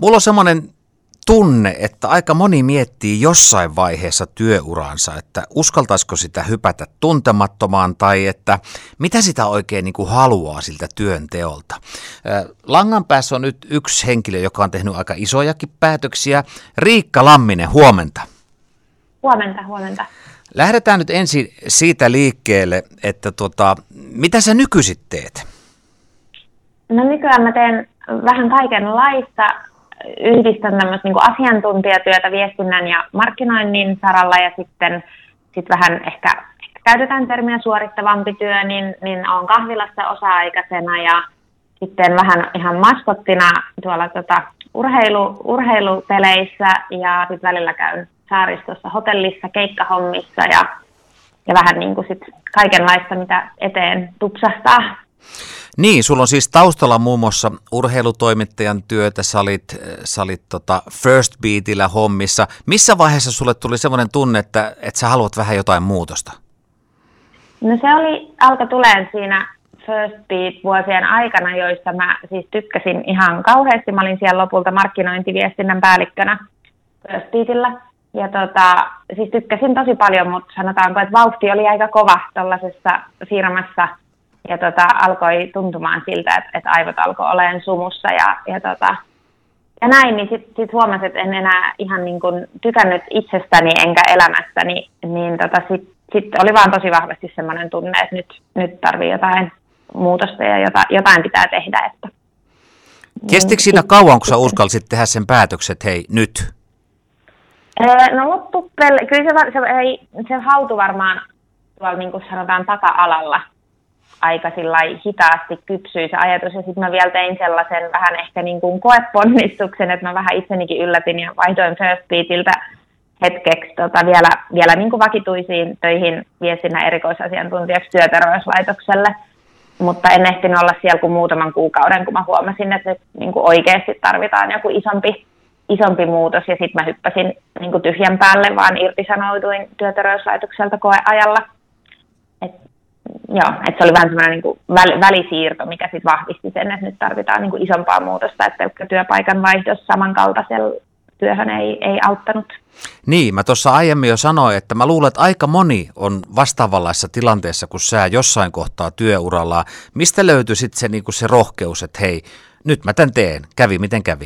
Mulla on semmoinen tunne, että aika moni miettii jossain vaiheessa työuraansa, että uskaltaisiko sitä hypätä tuntemattomaan tai että mitä sitä oikein niin kuin haluaa siltä työnteolta. Langan päässä on nyt yksi henkilö, joka on tehnyt aika isojakin päätöksiä. Riikka Lamminen, huomenta. Huomenta. Lähdetään nyt ensin siitä liikkeelle, että mitä sä nykyisin teet? No nykyään mä teen vähän kaikenlaista. Yhdistän tämmöistä niin kuin asiantuntijatyötä viestinnän ja markkinoinnin saralla ja sitten vähän ehkä käytetään termiä suorittavampi työ, niin olen kahvilassa osa-aikaisena ja sitten vähän ihan maskottina tuolla urheilupeleissä ja sitten välillä käyn saaristossa hotellissa, keikkahommissa ja vähän niin kuin sit kaikenlaista, mitä eteen tupsahtaa. Niin, sulla on siis taustalla muun muassa urheilutoimittajan työtä, sä olit First Beatillä hommissa. Missä vaiheessa sulle tuli semmoinen tunne, että sä haluat vähän jotain muutosta? No se alkoi tulemaan siinä First Beat-vuosien aikana, joista mä siis tykkäsin ihan kauheasti. Mä olin siellä lopulta markkinointiviestinnän päällikkönä First Beatillä. Ja siis tykkäsin tosi paljon, mutta sanotaanko, että vauhti oli aika kova tuollaisessa firmassa. Ja alkoi tuntumaan siltä, että aivot alkoi olemaan sumussa ja näin, niin sit huomasin, että en enää ihan niin kuin tykännyt itsestäni enkä elämästäni, niin sit oli vaan tosi vahvasti semmoinen tunne, että nyt tarvii jotain muutosta ja jotain pitää tehdä. Kestikö siinä kauan, kun sä uskalsit tehdä sen päätöksen, että hei, nyt? No kyllä se hautui varmaan tuolla niin kuin sanotaan taka-alalla. Aika hitaasti kypsyi se ajatus, ja sitten mä vielä tein sellaisen vähän ehkä niin kuin koeponnistuksen, että mä vähän itsenikin yllätin ja vaihdoin First Beatiltä hetkeksi vielä niin kuin vakituisiin töihin viestinnän erikoisasiantuntijaksi työterveyslaitokselle, mutta en ehtinyt olla siellä kuin muutaman kuukauden, kun mä huomasin, että niin kuin oikeasti tarvitaan joku isompi muutos, ja sitten mä hyppäsin niin kuin tyhjän päälle, vaan irtisanouduin työterveyslaitokselta koeajalla. Joo, että se oli vähän semmoinen niin kuin välisiirto, mikä sitten vahvisti sen, että nyt tarvitaan niin kuin isompaa muutosta, että pelkkä työpaikan vaihdos samankaltaisella työhön ei auttanut. Niin, mä tuossa aiemmin jo sanoin, että mä luulen, että aika moni on vastaavanlaisessa tilanteessa, kun sä jossain kohtaa työuralla. Mistä löytyi sitten se, niin kuin se rohkeus, että hei, nyt mä tän teen, kävi miten kävi?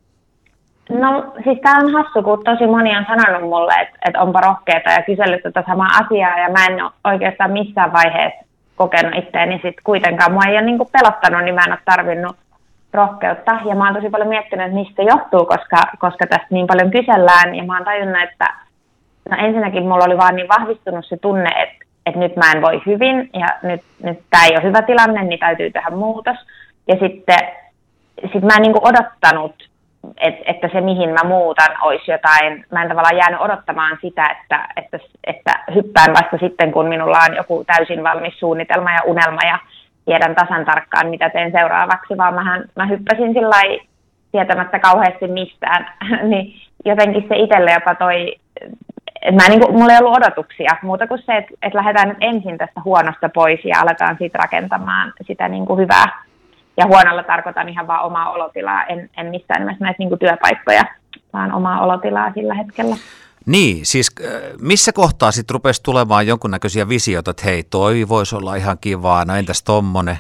No siis tää on hassu, kun tosi moni on sanonut mulle, että onpa rohkeata ja kysellyt tätä samaa asiaa ja mä en ole oikeastaan missään vaiheessa kokenut itseäni sit kuitenkaan. Mua ei ole niinku pelottanut, niin mä en ole tarvinnut rohkeutta ja mä oon tosi paljon miettinyt, että mistä johtuu, koska tästä niin paljon kysellään ja mä oon tajunnut, että no ensinnäkin mulla oli vaan niin vahvistunut se tunne, että nyt mä en voi hyvin ja nyt tää ei ole hyvä tilanne, niin täytyy tehdä muutos ja sitten mä en niinku odottanut, että se mihin mä muutan olisi jotain, mä en tavallaan jäänyt odottamaan sitä, että hyppään vasta sitten, kun minulla on joku täysin valmis suunnitelma ja unelma ja tiedän tasan tarkkaan, mitä teen seuraavaksi, vaan mä hyppäsin sillai tietämättä kauheasti mistään, niin jotenkin se itselle jopa toi, että mulla ei ollut odotuksia muuta kuin se, että lähdetään nyt ensin tästä huonosta pois ja aletaan siitä rakentamaan sitä niin kuin hyvää. Ja huonolla tarkoitan ihan vaan omaa olotilaa, en missään nimessä näitä niin kuin työpaikkoja, vaan omaa olotilaa sillä hetkellä. Niin, siis missä kohtaa sitten rupesi tulemaan jonkunnäköisiä visioita, että hei, toi voisi olla ihan kivaa, no entäs tommonen?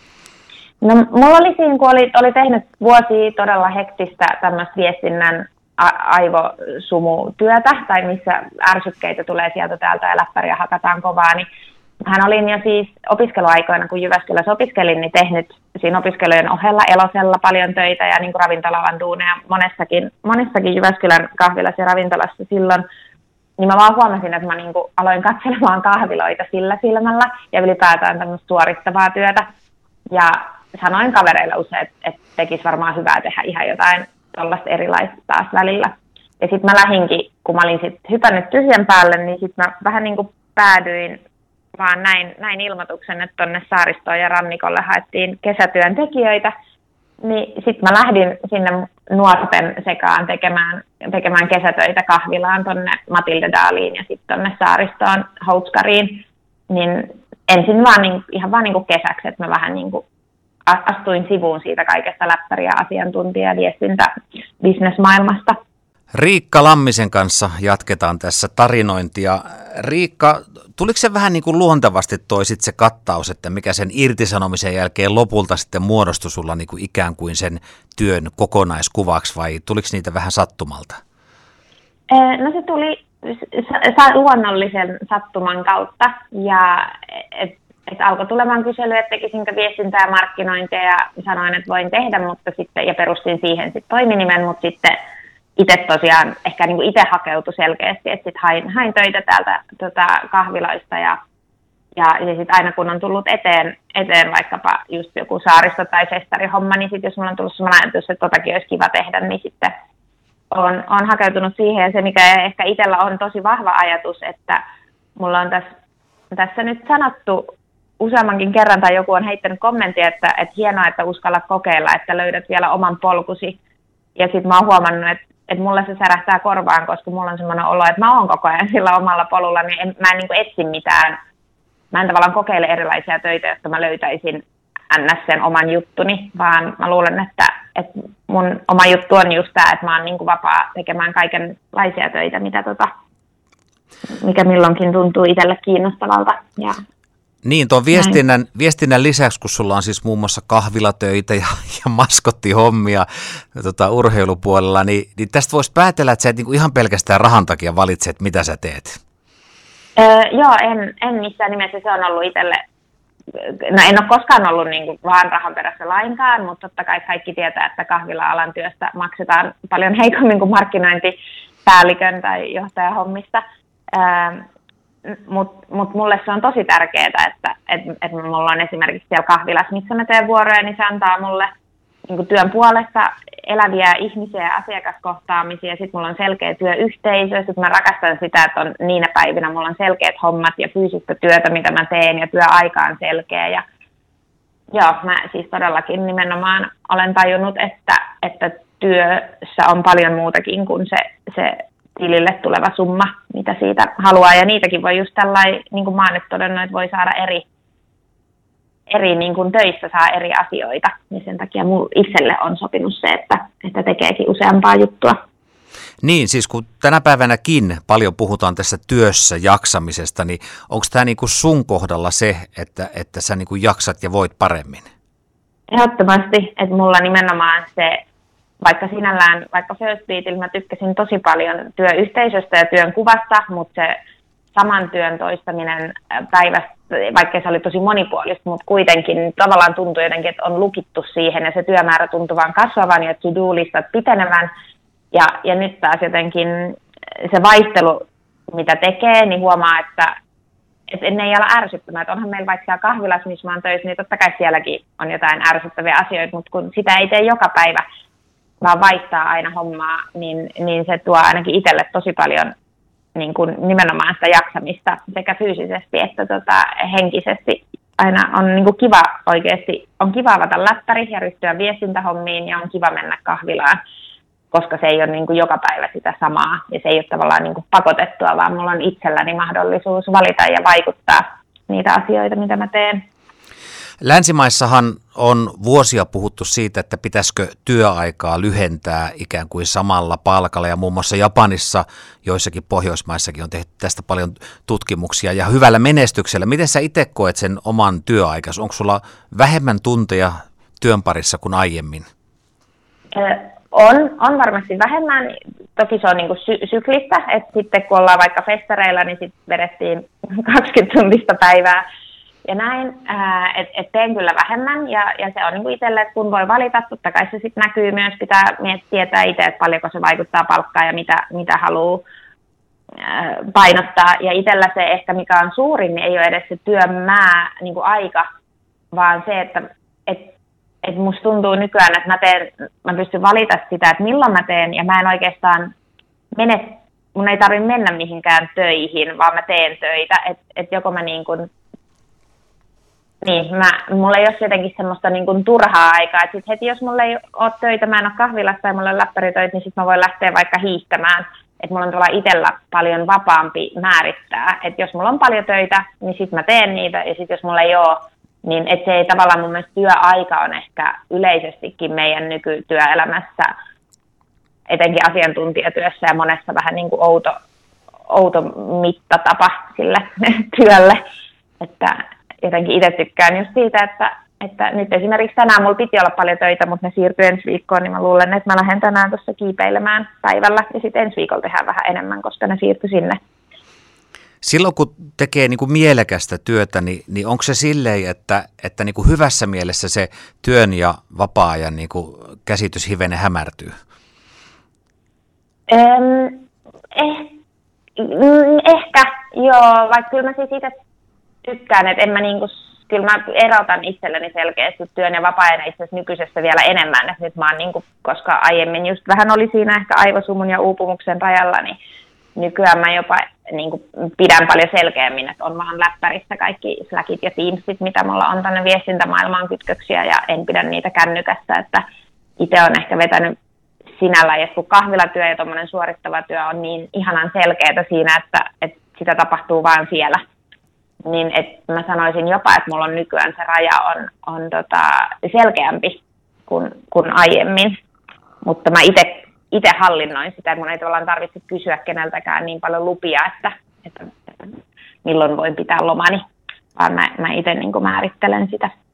No mulla oli siinä, kun oli tehnyt vuosia todella hektistä tämmöistä viestinnän aivosumutyötä, tai missä ärsykkeitä tulee sieltä täältä ja läppäriä hakataan kovaa, niin hän olin jo siis opiskeluaikoina, kun Jyväskylässä opiskelin, niin tehnyt siinä opiskelujen ohella Elosella paljon töitä ja niin kuin ravintola-alan duuneja monessakin Jyväskylän kahvilassa ja ravintolassa silloin. Niin mä vaan huomasin, että mä niin kuin aloin katselemaan kahviloita sillä silmällä ja ylipäätään tämmöistä suorittavaa työtä. Ja sanoin kavereille usein, että tekisi varmaan hyvää tehdä ihan jotain tuollaista erilaista taas välillä. Ja sitten mä lähinkin, kun mä olin sitten hypännyt tyhjän päälle, niin sitten mä vähän niin kuin päädyin vaan näin ilmoituksen, että tuonne saaristoon ja rannikolle haettiin kesätyöntekijöitä, niin sitten mä lähdin sinne nuorten sekaan tekemään kesätöitä kahvilaan tuonne Matilde Daaliin ja sitten tuonne saaristoon Houtskariin, niin ensin vaan ihan vaan niin kuin kesäksi, että mä vähän niin kuin astuin sivuun siitä kaikesta läppäri- ja asiantuntija- ja viestintä-bisnesmaailmasta. Riikka Lammisen kanssa jatketaan tässä tarinointia. Riikka, tuliko se vähän niin kuin luontevasti sit se kattaus, että mikä sen irtisanomisen jälkeen lopulta sitten muodostui sulla niin kuin ikään kuin sen työn kokonaiskuvaksi, vai tuliko niitä vähän sattumalta? No se tuli luonnollisen sattuman kautta, ja että alkoi tulemaan kysely, että tekisinkö viestintää ja markkinointia, ja sanoin, että voin tehdä, mutta sitten, ja perustin siihen sitten toiminimen, mutta sitten itse tosiaan ehkä niin kuin itse hakeutui selkeästi, että sitten hain töitä täältä kahviloista, ja sitten aina kun on tullut eteen vaikkapa just joku saaristo- tai festarihomma, niin sitten jos mulla on tullut sellainen ajatus, että totakin olisi kiva tehdä, niin sitten on hakeutunut siihen, ja se mikä ehkä itsellä on tosi vahva ajatus, että mulla on tässä nyt sanottu useammankin kerran, tai joku on heittänyt kommenttia, että hienoa, että uskalla kokeilla, että löydät vielä oman polkusi. Ja sitten mä oon huomannut, että mulla se särähtää korvaan, koska mulla on semmoinen olo, että mä oon koko ajan sillä omalla polulla, niin mä en niin kuin etsi mitään. Mä en tavallaan kokeile erilaisia töitä, jotta mä löytäisin sen oman juttuni, vaan mä luulen, että mun oma juttu on just tämä, että mä oon niin kuin vapaa tekemään kaikenlaisia töitä, mikä milloinkin tuntuu itselle kiinnostavalta. Ja niin, tuon viestinnän lisäksi, kun sulla on siis muun muassa kahvilatöitä ja maskottihommia urheilupuolella, niin tästä voisi päätellä, että sä et niinku ihan pelkästään rahan takia valitse, että mitä sä teet. Joo, en missään nimessä. Se on ollut itselle, no en ole koskaan ollut niinku vaan rahan perässä lainkaan, mutta totta kai kaikki tietää, että kahvila-alan työstä maksetaan paljon heikommin kuin markkinointipäällikön tai johtajahommista. Mut mulle se on tosi tärkeää, että mulla on esimerkiksi siellä kahvilassa, missä mä teen vuoroja, niin se antaa mulle niin kuin työn puolesta eläviä ihmisiä ja asiakaskohtaamisia. Sitten mulla on selkeä työyhteisö. Sitten mä rakastan sitä, että on niinä päivinä mulla on selkeät hommat ja fyysistä työtä, mitä mä teen, ja työaika on selkeä. Ja joo, mä siis todellakin nimenomaan olen tajunnut, että työssä on paljon muutakin kuin se tilille tuleva summa, mitä siitä haluaa, ja niitäkin voi just tällainen, niin kuin mä oon nyt todennut, että voi saada eri niin kuin töissä saa eri asioita, niin sen takia mulle itselle on sopinut se, että tekeekin useampaa juttua. Niin, siis kun tänä päivänäkin paljon puhutaan tässä työssä jaksamisesta, niin onko tämä niin kuin sun kohdalla se, että sä niin kuin jaksat ja voit paremmin? Ehdottomasti, että mulla nimenomaan se, vaikka First Beatillä mä tykkäsin tosi paljon työyhteisöstä ja työn kuvasta, mutta se saman työn toistaminen päivästä, vaikka se oli tosi monipuolista, mutta kuitenkin tavallaan tuntui jotenkin, että on lukittu siihen ja se työmäärä tuntui vaan kasvavan ja to-do-listat pitenevän. Ja nyt taas jotenkin se vaihtelu, mitä tekee, niin huomaa, että ne ei ole ärsyttämään. Että onhan meillä vaikka siellä kahvilassa, missä mä oon töissä, niin totta kai sielläkin on jotain ärsyttäviä asioita, mutta kun sitä ei tee joka päivä, vaan vaihtaa aina hommaa, niin se tuo ainakin itselle tosi paljon niin kuin nimenomaan sitä jaksamista sekä fyysisesti että henkisesti. Aina on niin kuin kiva oikeasti, on kiva avata läppäri ja ryhtyä viestintähommiin ja on kiva mennä kahvilaan, koska se ei ole niin kuin joka päivä sitä samaa ja se ei ole tavallaan niin kuin pakotettua, vaan mulla on itselläni mahdollisuus valita ja vaikuttaa niitä asioita, mitä mä teen. Länsimaissahan on vuosia puhuttu siitä, että pitäisikö työaikaa lyhentää ikään kuin samalla palkalla, ja muun muassa Japanissa, joissakin Pohjoismaissakin on tehty tästä paljon tutkimuksia ja hyvällä menestyksellä. Miten sä itse koet sen oman työaikas? Onko sulla vähemmän tunteja työn parissa kuin aiemmin? On varmasti vähemmän. Toki se on niin kuin syklistä, että sitten kun ollaan vaikka festareilla, niin sitten vedettiin 20-tuntista päivää. Ja näin, että teen kyllä vähemmän ja se on niin itselle, että kun voi valita, totta kai se sitten näkyy myös, pitää tietää itse, että paljonko se vaikuttaa palkkaan ja mitä haluaa painottaa. Ja itsellä se ehkä mikä on suurin, niin ei ole edes se työn niin kuin aika, vaan se, että musta tuntuu nykyään, että mä pystyn valita sitä, että milloin mä teen ja mä en oikeastaan mun ei tarvitse mennä mihinkään töihin, vaan mä teen töitä, että joko mä niin kuin mulla ei ole jotenkin semmoista niin kuin turhaa aikaa, että sit heti jos mulla ei ole töitä, mä en ole kahvilassa tai mulla on läppäritöitä, niin sit mä voin lähteä vaikka hiihtämään. Että mulla on tuolla itsellä paljon vapaampi määrittää, että jos mulla on paljon töitä, niin sit mä teen niitä, ja sit jos mulla ei ole, niin että se ei tavallaan mun mielestä työaika on ehkä yleisestikin meidän nykytyöelämässä, etenkin asiantuntijatyössä ja monessa vähän niin kuin outo mittatapa sille työlle, että jotenkin itse tykkään just siitä, että nyt esimerkiksi tänään mulla piti olla paljon töitä, mutta ne siirtyi ensi viikkoon, niin mä luulen, että mä lähden tänään tuossa kiipeilemään päivällä ja sitten ensi viikolla tehdään vähän enemmän, koska ne siirtyi sinne. Silloin kun tekee niin kuin mielekästä työtä, niin onko se silleen, että niin kuin hyvässä mielessä se työn ja vapaa-ajan niin kuin käsitys hivenen hämärtyy? Ehkä, joo, vaikka kyllä mä siis itse tykkään, että en mä niinku, kyllä mä erotan itselleni selkeästi työn ja vapaa-ajan itse asiassa nykyisestä vielä enemmän, että nyt mä oon niinku, koska aiemmin just vähän oli siinä ehkä aivosumun ja uupumuksen rajalla, niin nykyään mä jopa niinku pidän paljon selkeämmin, että on vaan läppärissä kaikki Slackit ja Teamsit, mitä mulla on tänne viestintämaailmaan kytköksiä ja en pidä niitä kännykässä, että itse on ehkä vetänyt sinällään, ja kun kahvilatyö ja tuommoinen suorittava työ on niin ihanan selkeää siinä, että sitä tapahtuu vain siellä, niin että mä sanoisin jopa, että mulla on nykyään se raja on selkeämpi kuin aiemmin, mutta mä itse hallinnoin sitä, että mun ei tavallaan tarvitse kysyä keneltäkään niin paljon lupia, että milloin voin pitää lomani, vaan mä itse niin kuin määrittelen sitä.